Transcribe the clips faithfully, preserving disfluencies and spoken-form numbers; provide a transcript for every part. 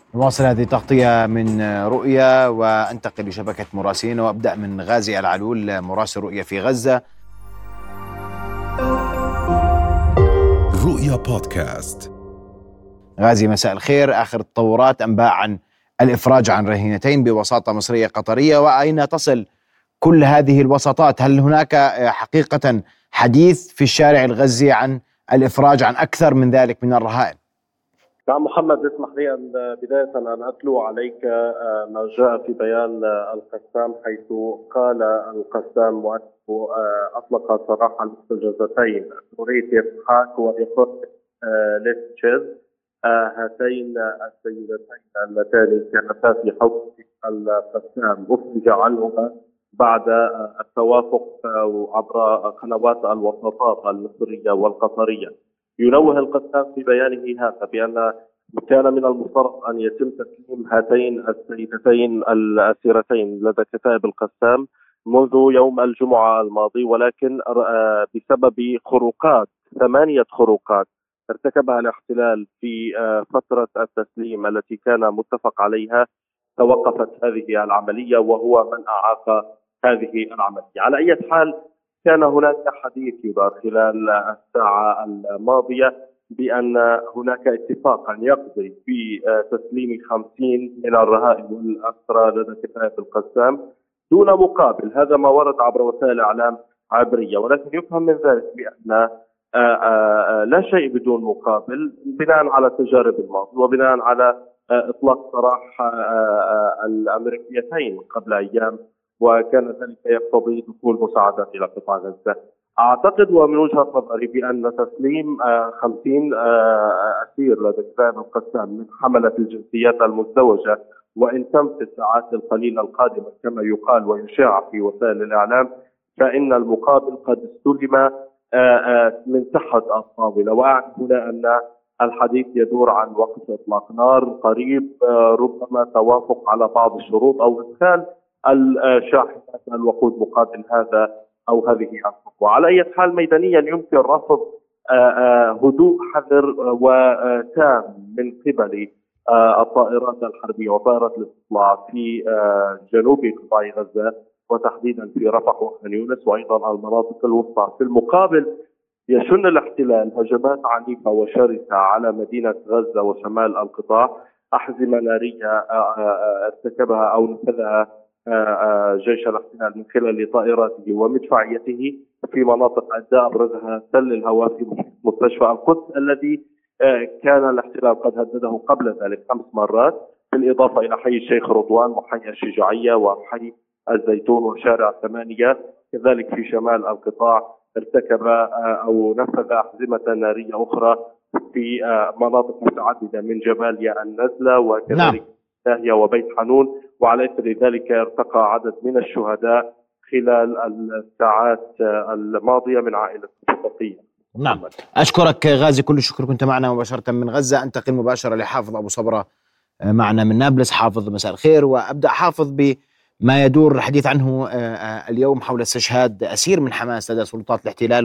نواصل هذه التغطية من رؤيا وأنتقل لشبكة مراسلين، وأبدأ من غازي العلول مراسل رؤيا في غزة. رؤيا بودكاست. غازي مساء الخير، آخر التطورات، أنباء عن الإفراج عن رهينتين بوساطة مصرية قطرية، وأين تصل كل هذه الوساطات؟ هل هناك حقيقة حديث في الشارع الغزي عن الإفراج عن أكثر من ذلك من الرهائن؟ نعم محمد، اسمح لي أن بداية أن أتلو عليك ما جاء في بيان القسام، حيث قال القسام أطلق سراح المحتجزتين نوريتي إسحاق وإخوة ليتشيز، هاتين السيدتين اللتان كانتا في حوض القسام أفرج عنهما بعد التوافق عبر قنوات الوساطات المصرية والقطرية. ينوه القسام في بيانه هذا بأن كان من المفترض أن يتم تسليم هاتين السيدتين الأسيرتين لدى كتائب القسام منذ يوم الجمعة الماضي، ولكن بسبب خروقات ثمانية خروقات ارتكبها الاحتلال في فترة التسليم التي كان متفق عليها توقفت هذه العملية، وهو من أعاق هذه العملية. على أي حال، كان هناك حديث يدار خلال الساعة الماضية بأن هناك اتفاقا يقضي في تسليم خمسين من الرهائن والأسرى لدى كتائب القسام دون مقابل. هذا ما ورد عبر وسائل إعلام عبرية، ولكن يفهم من ذلك بأن لا شيء بدون مقابل بناء على تجارب الماضي وبناء على إطلاق سراح الأمريكيتين قبل أيام، وكان ذلك يقتضي دخول مساعدات إلى قطاع غزة. أعتقد ومن وجهة نظري بأن تسليم خمسين أسير لدى كتائب القسام من حملة الجنسيات المزدوجة وإن تم في الساعات القليلة القادمة كما يقال ويشاع في وسائل الإعلام، فإن المقابل قد استلم من تحت الطاولة. وأعني هنا أن الحديث يدور عن وقت إطلاق نار قريب، ربما توافق على بعض الشروط أو إدخال الشاحنات الوقود مقابل هذا أو هذه الخطوة. على أي حال، ميدانيا يمكن رفض هدوء حذر وتام من قبل الطائرات الحربية وطائرات الاستطلاع في جنوب قطاع غزة وتحديدا في رفح وخان يونس وأيضا المناطق الوسطى. في المقابل يشن الاحتلال هجمات عنيفة وشرسة على مدينة غزة وشمال القطاع، أحزمة نارية ارتكبها أو نفذها جيش الاحتلال من خلال طائراته ومدفعيته في مناطق عدة، أبرزها تل الهواء في مستشفى القدس الذي كان الاحتلال قد هدده قبل ذلك خمس مرات، بالإضافة إلى حي الشيخ رضوان وحي الشجاعية وحي الزيتون وشارع ثمانية. كذلك في شمال القطاع ارتكب أو نفذ أحزمة نارية أخرى في مناطق متعددة من جباليا النزلة وكذلك داهية وبيت حنون، وعلى إثر ذلك ارتقى عدد من الشهداء خلال الساعات الماضية من عائلة البطاقية. نعم، أشكرك غازي كل الشكر، كنت معنا مباشرة من غزة. أنتقل مباشرة لحافظ أبو صبرة معنا من نابلس. حافظ مساء الخير، وأبدأ حافظ بما يدور الحديث عنه اليوم حول استشهاد أسير من حماس لدى سلطات الاحتلال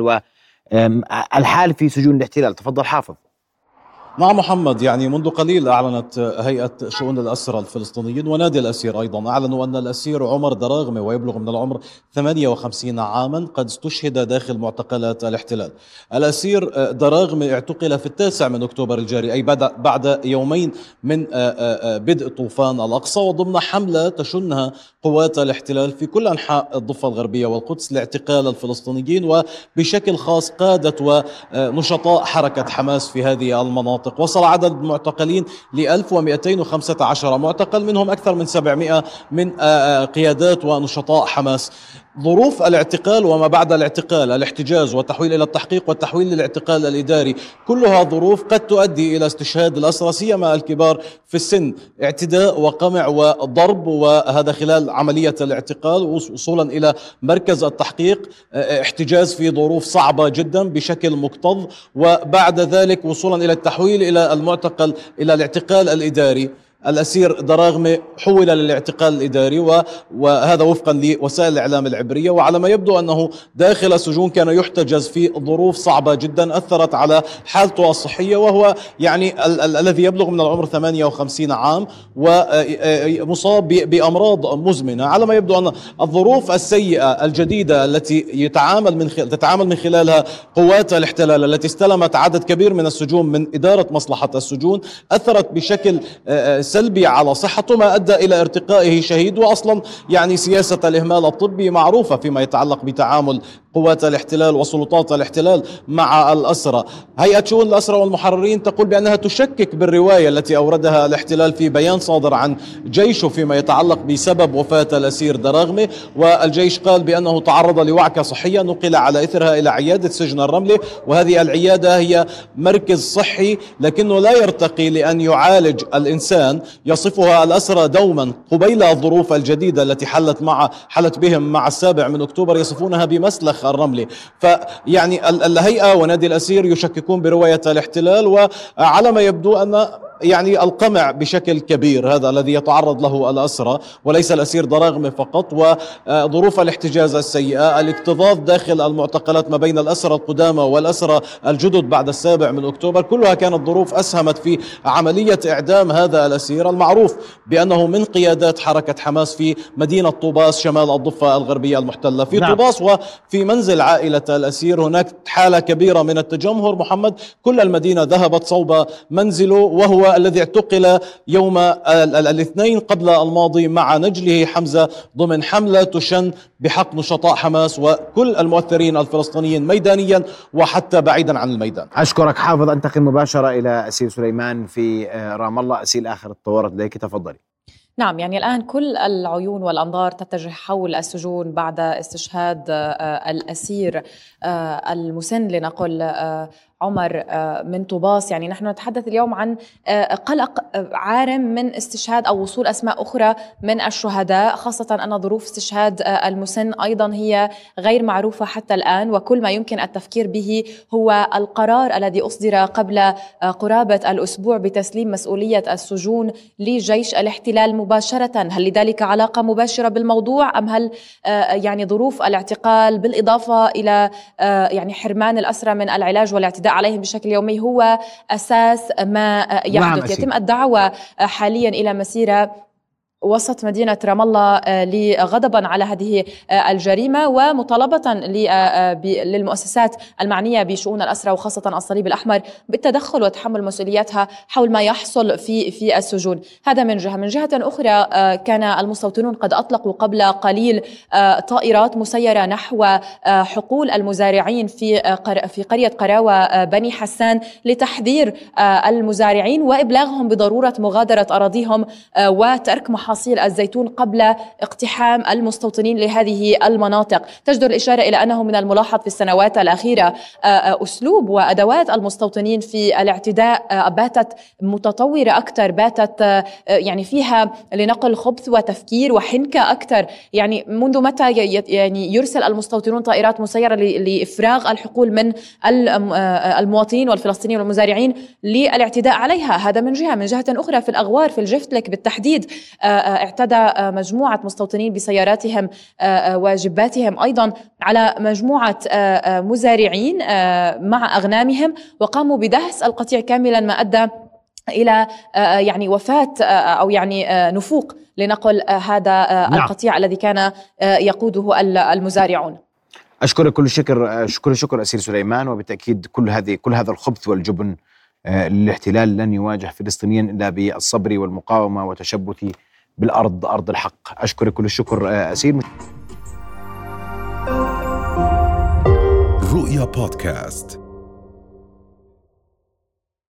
والحال في سجون الاحتلال. تفضل حافظ. نعم محمد، يعني منذ قليل أعلنت هيئة شؤون الأسرى الفلسطينيين ونادي الأسير أيضا أعلنوا أن الأسير عمر دراغمي ويبلغ من العمر ثمانية وخمسين عاما قد استشهد داخل معتقلات الاحتلال. الأسير دراغمي اعتقل في التاسع من أكتوبر الجاري، أي بعد يومين من بدء طوفان الأقصى، وضمن حملة تشنها قوات الاحتلال في كل أنحاء الضفة الغربية والقدس لاعتقال الفلسطينيين، وبشكل خاص قادة ونشطاء حركة حماس في هذه المناطق. وصل عدد المعتقلين ل ألف ومئتين وخمسة عشر معتقل، منهم أكثر من سبعمئة من قيادات ونشطاء حماس. ظروف الاعتقال وما بعد الاعتقال، الاحتجاز والتحويل إلى التحقيق والتحويل للاعتقال الإداري، كلها ظروف قد تؤدي إلى استشهاد الأسرى سيما الكبار في السن، اعتداء وقمع وضرب، وهذا خلال عملية الاعتقال وصولا إلى مركز التحقيق، احتجاز في ظروف صعبة جدا بشكل مكتظ، وبعد ذلك وصولا إلى التحويل إلى المعتقل إلى الاعتقال الإداري. الأسير دراغمي حول للاعتقال الإداري، وهذا وفقا لوسائل الإعلام العبرية. وعلى ما يبدو أنه داخل السجون كان يحتجز في ظروف صعبة جدا أثرت على حالته الصحية، وهو يعني ال- ال- الذي يبلغ من العمر ثمانية وخمسين عام ومصاب بأمراض مزمنة. على ما يبدو أن الظروف السيئة الجديدة التي يتعامل من خلال تتعامل من خلالها قوات الاحتلال التي استلمت عدد كبير من السجون من إدارة مصلحة السجون أثرت بشكل سلبي على صحته، ما أدى إلى ارتقائه شهيد. وأصلا يعني سياسة الإهمال الطبي معروفة فيما يتعلق بتعامل قوات الاحتلال وسلطات الاحتلال مع الأسرى. هيئة شؤون الأسرى والمحررين تقول بأنها تشكك بالرواية التي أوردها الاحتلال في بيان صادر عن جيشه فيما يتعلق بسبب وفاة الأسير دراغمي، والجيش قال بأنه تعرض لوعكة صحية نقل على إثرها إلى عيادة سجن الرملة، وهذه العيادة هي مركز صحي لكنه لا يرتقي لأن يعالج الإنسان. يصفها الأسرى دوما قبيل الظروف الجديدة التي حلت مع حلت بهم مع السابع من أكتوبر يصفونها بمسلخ الرملة. فيعني الهيئة ونادي الأسير يشككون برواية الاحتلال، وعلى ما يبدو أن يعني القمع بشكل كبير هذا الذي يتعرض له الأسرى، وليس الأسير دراغمي فقط، وظروف الاحتجاز السيئة، الاكتظاظ داخل المعتقلات ما بين الأسرى القدامى والأسرى الجدد بعد السابع من أكتوبر، كلها كانت ظروف أسهمت في عملية إعدام هذا الأسير المعروف بأنه من قيادات حركة حماس في مدينة طوباس شمال الضفة الغربية المحتلة. في نعم. طوباس وفي منزل عائلة الأسير هناك حالة كبيرة من التجمهر. محمد، كل المدينة ذهبت صوب منزله، وهو الذي اعتقل يوم الاثنين قبل الماضي مع نجله حمزة ضمن حملة تشن بحق نشطاء حماس وكل المؤثرين الفلسطينيين ميدانيا وحتى بعيدا عن الميدان. أشكرك حافظ. أنتقل مباشرة إلى أسير سليمان في رام الله. أسير آخر تطورت لديك، تفضلي. نعم، يعني الآن كل العيون والأنظار تتجه حول السجون بعد استشهاد الأسير المسن لنقل عمر من طوباس. يعني نحن نتحدث اليوم عن قلق عارم من استشهاد أو وصول أسماء أخرى من الشهداء، خاصة أن ظروف استشهاد المسن أيضا هي غير معروفة حتى الآن، وكل ما يمكن التفكير به هو القرار الذي أصدر قبل قرابة الأسبوع بتسليم مسؤولية السجون لجيش الاحتلال مباشرة. هل لذلك علاقة مباشرة بالموضوع أم هل يعني ظروف الاعتقال بالإضافة إلى يعني حرمان الأسرى من العلاج والاعتداء عليهم بشكل يومي هو أساس ما يحدث؟ يتم الدعوة حاليا إلى مسيرة وسط مدينة رام الله لغضبا على هذه الجريمة ومطالبة للمؤسسات المعنية بشؤون الأسرى وخاصة الصليب الأحمر بالتدخل وتحمل مسؤولياتها حول ما يحصل في في السجون. هذا من جهة. من جهة أخرى كان المستوطنون قد أطلقوا قبل قليل طائرات مسيرة نحو حقول المزارعين في في قرية قراوة بني حسان لتحذير المزارعين وإبلاغهم بضرورة مغادرة أراضيهم وترك محاصيل الزيتون قبل اقتحام المستوطنين لهذه المناطق. تجدر الإشارة إلى أنه من الملاحظ في السنوات الأخيرة أسلوب وأدوات المستوطنين في الاعتداء باتت متطورة أكثر، باتت يعني فيها لنقل خبث وتفكير وحنكة أكثر. يعني منذ متى يعني يرسل المستوطنون طائرات مسيرة لإفراغ الحقول من المواطنين والفلسطينيين والمزارعين للاعتداء عليها؟ هذا من جهة. من جهة أخرى في الأغوار في الجفتلك بالتحديد اعتدى مجموعة مستوطنين بسياراتهم وجباتهم أيضا على مجموعة مزارعين مع أغنامهم وقاموا بدهس القطيع كاملا ما أدى إلى يعني وفاة أو يعني نفوق لنقل هذا القطيع الذي كان يقوده المزارعون. أشكرك كل شكر شكر شكر أسير سليمان. وبالتأكيد كل هذه كل هذا الخبث والجبن للاحتلال لن يواجه فلسطينيين إلا بالصبر والمقاومة وتشبث بالأرض أرض الحق. أشكرك كل الشكر أسير. رؤيا بودكاست.